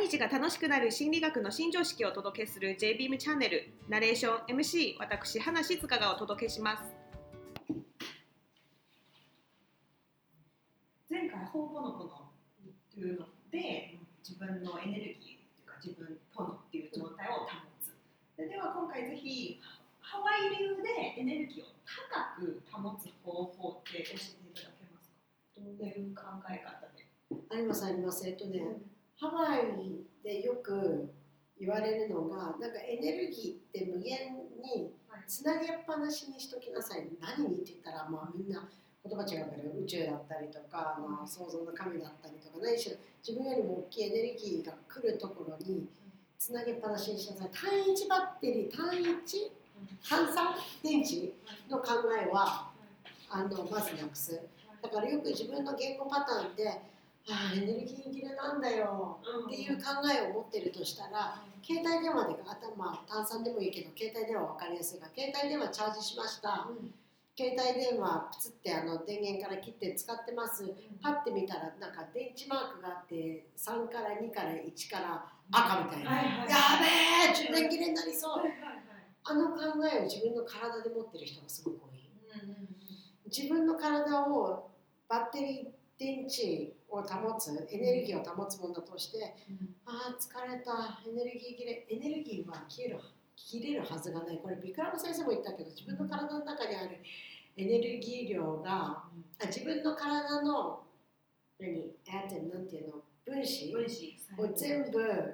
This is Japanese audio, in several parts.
日が楽しくなる心理学の新常識をお届けする J-BEAM チャンネル。ナレーション MC 私花静香がお届けします。前回ほぼのこのというので自分のエネルギーというか自分とのっていう状態を保つ。では今回ぜひハワイ流でエネルギーを高く保つ方法って教えていただけますか？どういう考え方で？ あります。ハワイでよく言われるのが、なんかエネルギーって無限につなげっぱなしにしときなさい。何にって言ったら、みんな言葉違うから宇宙だったりとか、創造の神だったりとか、何しろ自分よりも大きいエネルギーが来るところにつなげっぱなしにしなさい。単一バッテリー、単一換算電池の考えはまずなくす。だからよく自分の言語パターンでエネルギー切れなんだよっていう考えを持ってるとしたら、携帯電話で単三でもいいけど携帯電話分かりやすいから携帯電話チャージしました、携帯電話プツって電源から切って使ってます、パッて見たらなんか電池マークがあって3から2から1から赤みたいな、やべえ充電切れになりそう、考えを自分の体で持ってる人がすごく多い、自分の体をバッテリー電池を保つ、エネルギーを保つものとして、疲れた、エネルギー切れ、エネルギーは切れるはずがない。これビクラム先生も言ったけど、自分の体の中にあるエネルギー量が、自分の体のなんていうの、分子を全部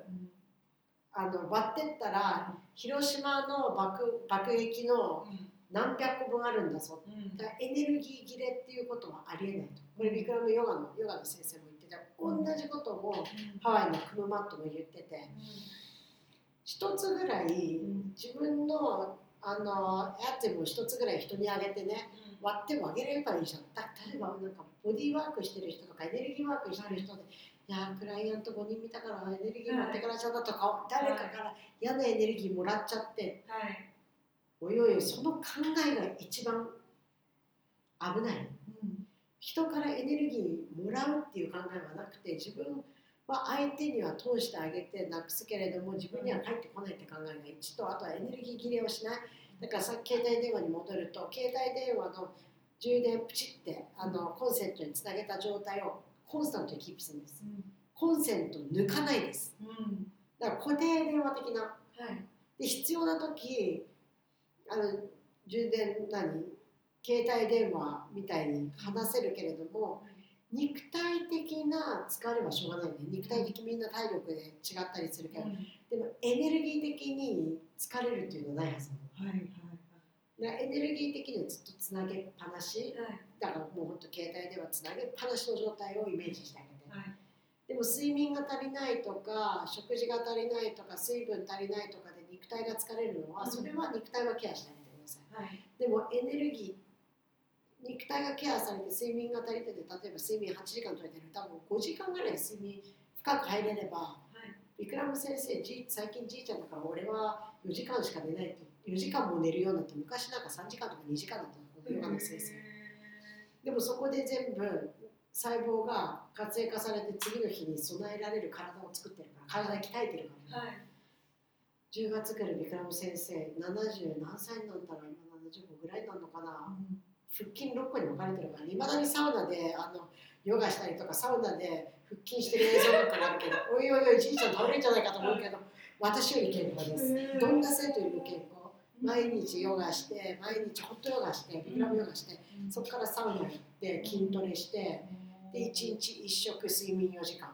割ってったら、広島の爆撃の何百個分あるんだぞ、だからエネルギー切れっていうことはありえないと。これビクラムヨガの先生も言ってて、同じこともハワイのクムマットも言ってて、一つぐらい自分のやつも一つぐらい人にあげてね、割ってもあげればいいじゃん。例えばなんかボディーワークしてる人とかエネルギーワークしてる人で、クライアント5人見たからエネルギー持ってからちゃったとか、誰かから嫌なエネルギーもらっちゃって、おいおい、その考えが一番危ない、人からエネルギーもらうっていう考えはなくて、自分は相手には通してあげてなくすけれども自分には返ってこないって考えが1と、あとはエネルギー切れをしない。だからさっき携帯電話に戻ると、携帯電話の充電プチってコンセントにつなげた状態をコンスタントにキープするんです、コンセント抜かないです、だから固定電話的な、で必要な時充電携帯電話みたいに話せるけれども、肉体的な疲れはしょうがないね。肉体的みんな体力で違ったりするけど、でもエネルギー的に疲れるっていうのはないはずなの。エネルギー的にはずっとつなげっぱなし、だからもうほんと携帯電話つなげっぱなしの状態をイメージしてあげて、でも睡眠が足りないとか食事が足りないとか水分足りないとかで肉体が疲れるのは、それは肉体はケアしてあげてください、でもエネルギー、肉体がケアされて睡眠が足りてて、例えば睡眠8時間とれてる、多分5時間ぐらい睡眠深く入れれば、ビクラム先生、最近じいちゃんだから俺は4時間しか寝ないって、4時間も寝るようになって、昔なんか3時間とか2時間だったの、このヨガの先生。でもそこで全部細胞が活性化されて次の日に備えられる体を作ってるから、体鍛えてるから、10月来るビクラム先生70何歳になったら、今75ぐらいになるのかな、腹筋6個に分かれてるから、いまだにサウナでヨガしたりとかサウナで腹筋してる映像とかあるけどおいおいおい、じいちゃん倒れるんじゃないかと思うけど、私より健康です。どんな生徒よりも健康。毎日ヨガして、毎日ホットヨガして、ビクラムヨガして、そこからサウナ行って筋トレして、で1日1食睡眠4時間。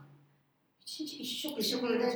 1日1食 1食ぐらい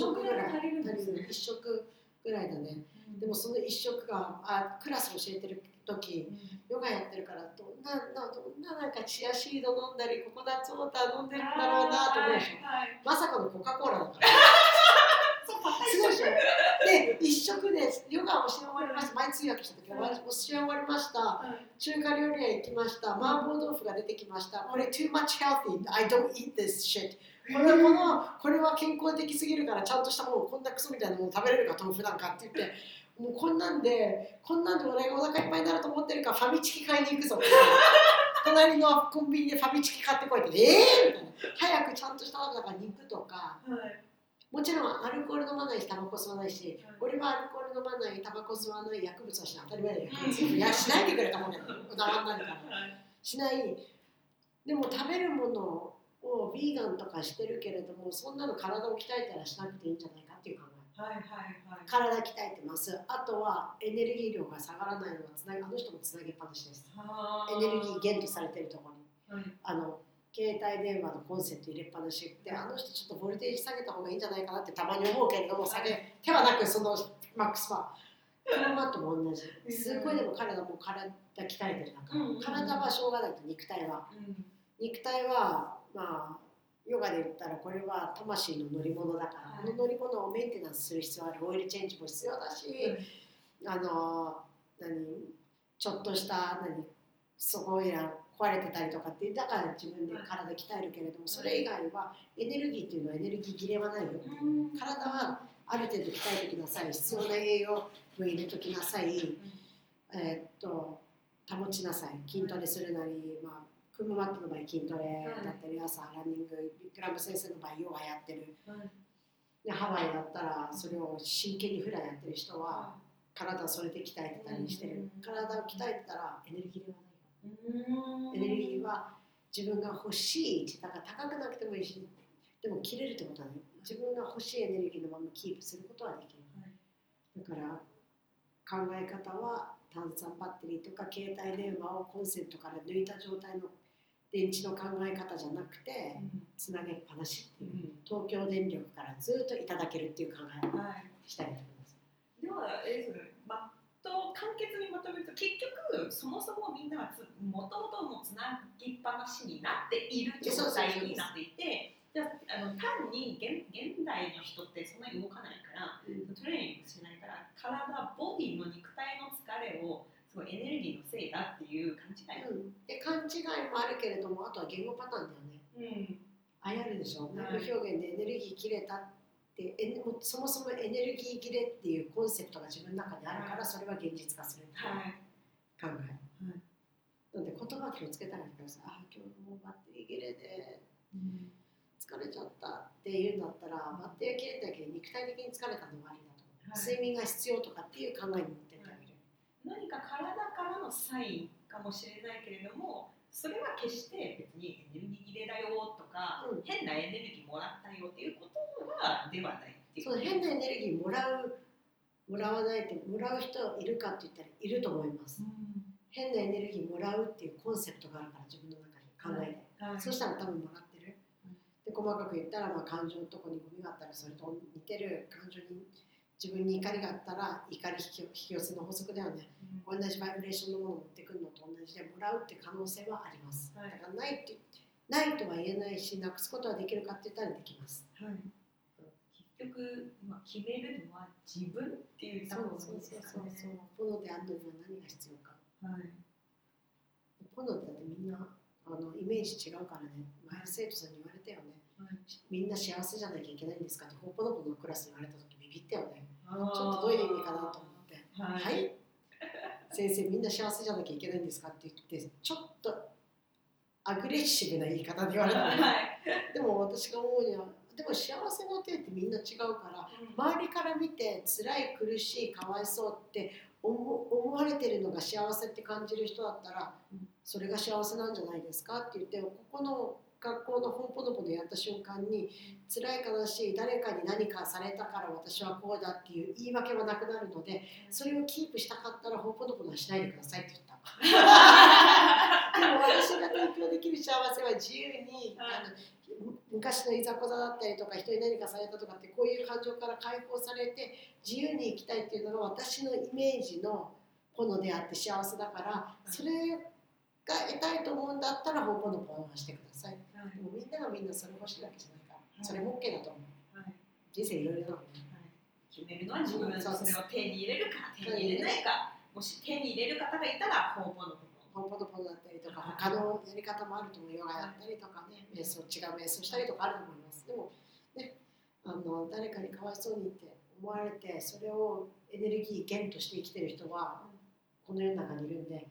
1食ぐらいだね。でもその1食がクラス教えてる時、ヨガやってるから、どんななんかチアシード飲んだりココナッツウォーター飲んでるんだろうなと思うでしょ、まさかのコカ・コーラだからすごいでしょ。で1食でヨガを教え終わりました、前通訳した時は教え終わりました、中華料理屋行きました、麻婆豆腐が出てきました、これ too much healthy, I don't eat this shit、これは健康的すぎるからちゃんとしたもの、こんなクソみたいなもの食べれるか豆腐なんかって言って、もうこんなんで俺がお腹いっぱいになると思ってるからファミチキ買いに行くぞって隣のコンビニでファミチキ買ってこいって、みたいな、早くちゃんとした肉とか、 もちろんアルコール飲まないしタバコ吸わないし、俺はアルコール飲まないタバコ吸わない薬物はしない当たり前だよ、いやしないでくれたもんねダマになるからしない。でも食べるものをビーガンとかしてるけれども、そんなの体を鍛えたらしなくていいんじゃないかっていう考え、体鍛えてます。あとはエネルギー量が下がらないのはあの人もつなげっぱなしです。エネルギー減とされてるところに、携帯電話のコンセント入れっぱなしで、あの人ちょっとボルテージ下げた方がいいんじゃないかなってたまに思うけれども、手はなくそのマックスパークロマットも同じ。すごいでも彼らも体鍛えてる中、体はしょうがないと、肉体はまあヨガで言ったらこれは魂の乗り物だから、この乗り物をメンテナンスする必要ある。オイルチェンジも必要だし、ちょっとしたそこが壊れてたりとかって、だから自分で体鍛えるけれども、それ以外はエネルギーっていうのはエネルギー切れはないよ。体はある程度鍛えてきなさい。必要な栄養を入れときなさい。保ちなさい。筋トレするなり、クムマットの場合筋トレだったり、朝ランニング、ビクラム先生の場合ヨガやってる、でハワイだったらそれを真剣にフラやってる人は体をそれで鍛えてたりしてる。体を鍛えてたらエネルギーではないよ。エネルギーは自分が欲しい、だから高くなくてもいいし、でも切れるってことはね、自分が欲しいエネルギーのままキープすることはできる。だから考え方は炭酸バッテリーとか携帯電話をコンセントから抜いた状態の電池の考え方じゃなくて、つなげっぱなしっていう、東京電力からずっといただけるっていう考えをしたいと思います。 では簡潔にまとめると、結局そもそもみんなはもともともつなぎっぱなしになっている状態になっていて、単に現代の人ってそんなに動かないから、トレーニングしないから、ボディの肉体の疲れをすごいエネルギーのせいだっていう勘違い、 で勘違いもあるけれども、あとは言語パターンだよね。あるでしょ。内部表現でエネルギー切れたってそもそもエネルギー切れっていうコンセプトが自分の中にあるから、それは現実化するっていう考え。なので言葉気をつけたらいいからさ、今日もうバッテリー切れで疲れちゃったっていうんだったら、バッテリー切れたけど肉体的に疲れたのがありだと思う。睡眠が必要とかっていう考えに持ってってあげる。 何か体からのサインかもしれないけれども、それは決して別にエネルギー切れだよとか、変なエネルギーもらったよっていうことはではないっていう。 そう、変なエネルギーもらわないって、もらう人いるかって言ったらいると思います。変なエネルギーもらうっていうコンセプトがあるから、自分の中に考えて、そしたら多分もらってる。で細かく言ったら、感情のとこにゴミがあったらそれと似てる。感情に自分に怒りがあったら怒り引き寄せの法則だよね。同じバイブレーションのものを持ってくるのと同じで、もらうって可能性はあります。だからないとは言えないし、なくすことはできるかって言ったらできます。 結局、決めるのは自分っていう単語ですかね。 ポノであるのには何が必要か。ポノってだってみんなイメージ違うからね。前生徒さんに言われたよね。みんな幸せじゃなきゃいけないんですかって、ポノポのクラスに言われた時ビビったよね。ちょっとどういう意味かなと思って、はい先生みんな幸せじゃなきゃいけないんですかって言って、ちょっとアグレッシブな言い方で言われたのね。でも私が思うには、でも幸せの定ってみんな違うから、周りから見て辛い苦しいかわいそうって思われてるのが幸せって感じる人だったら、それが幸せなんじゃないですかって言って、ここの学校のホンポノポノやった瞬間に、辛い悲しい誰かに何かされたから私はこうだっていう言い訳はなくなるので、それをキープしたかったらホンポノポノはしないでくださいって言った。でも私が提供できる幸せは自由に、昔のいざこざだったりとか、人に何かされたとかって、こういう感情から解放されて自由に生きたいっていうのが私のイメージのポノであって幸せだから、それが得たいと思うんだったらホンポノポノはしてください。でもみんながみんなそれ欲しいわけじゃないから、それも OK だと思う。人生いろいろなので、 決めるのは自分。それを手に入れるか手に入れないか、もし手に入れる方がいたらホンポノポノだったりとか、他のやり方もあると思う。ヨガやったりとかね、瞑想、違う瞑想したりとかあると思います。でもね、誰かにかわいそうにって思われて、それをエネルギー源として生きてる人はこの世の中にいるんで、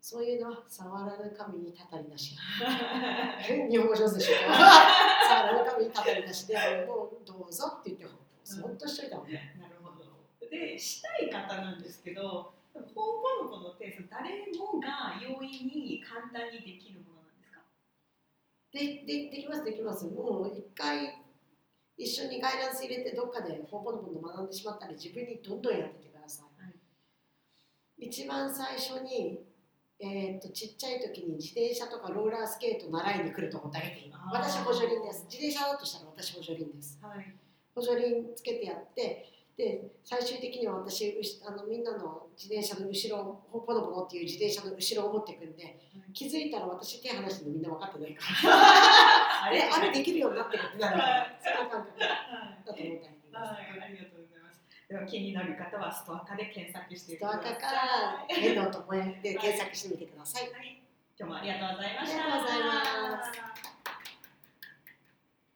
そういうのは触らぬ神にたたりなし。日本語上手でしょ。触らぬ神にたたりなしで、もうどうぞって言ってそっとしといたもんね。 なるほど。で、したい方なんですけど、ホーポノポのテースト、誰もが容易に簡単にできるものなんですか？ できますできます。もう一回一緒にガイダンス入れてどっかでホーポノポノ学んでしまったら自分にどんどんやっててください。はい、一番最初にちっちゃい時に自転車とかローラースケート習いに来るとこだけでいい。私補助輪です。自転車だとしたら私補助輪です。はい、補助輪つけてやって、で最終的には私みんなの自転車の後ろをポノポノっていう自転車の後ろを持っていくんで、気づいたら私手離してるのみんな分かってないからあれできるようになってるってなるからそんな感覚だと思ったりです。 ありがとうございます。では気になる方はストアカで検索してください。ストアカから変なともえで検索してみてください。 はい、今日もありがとうございました。 ありがとうございます。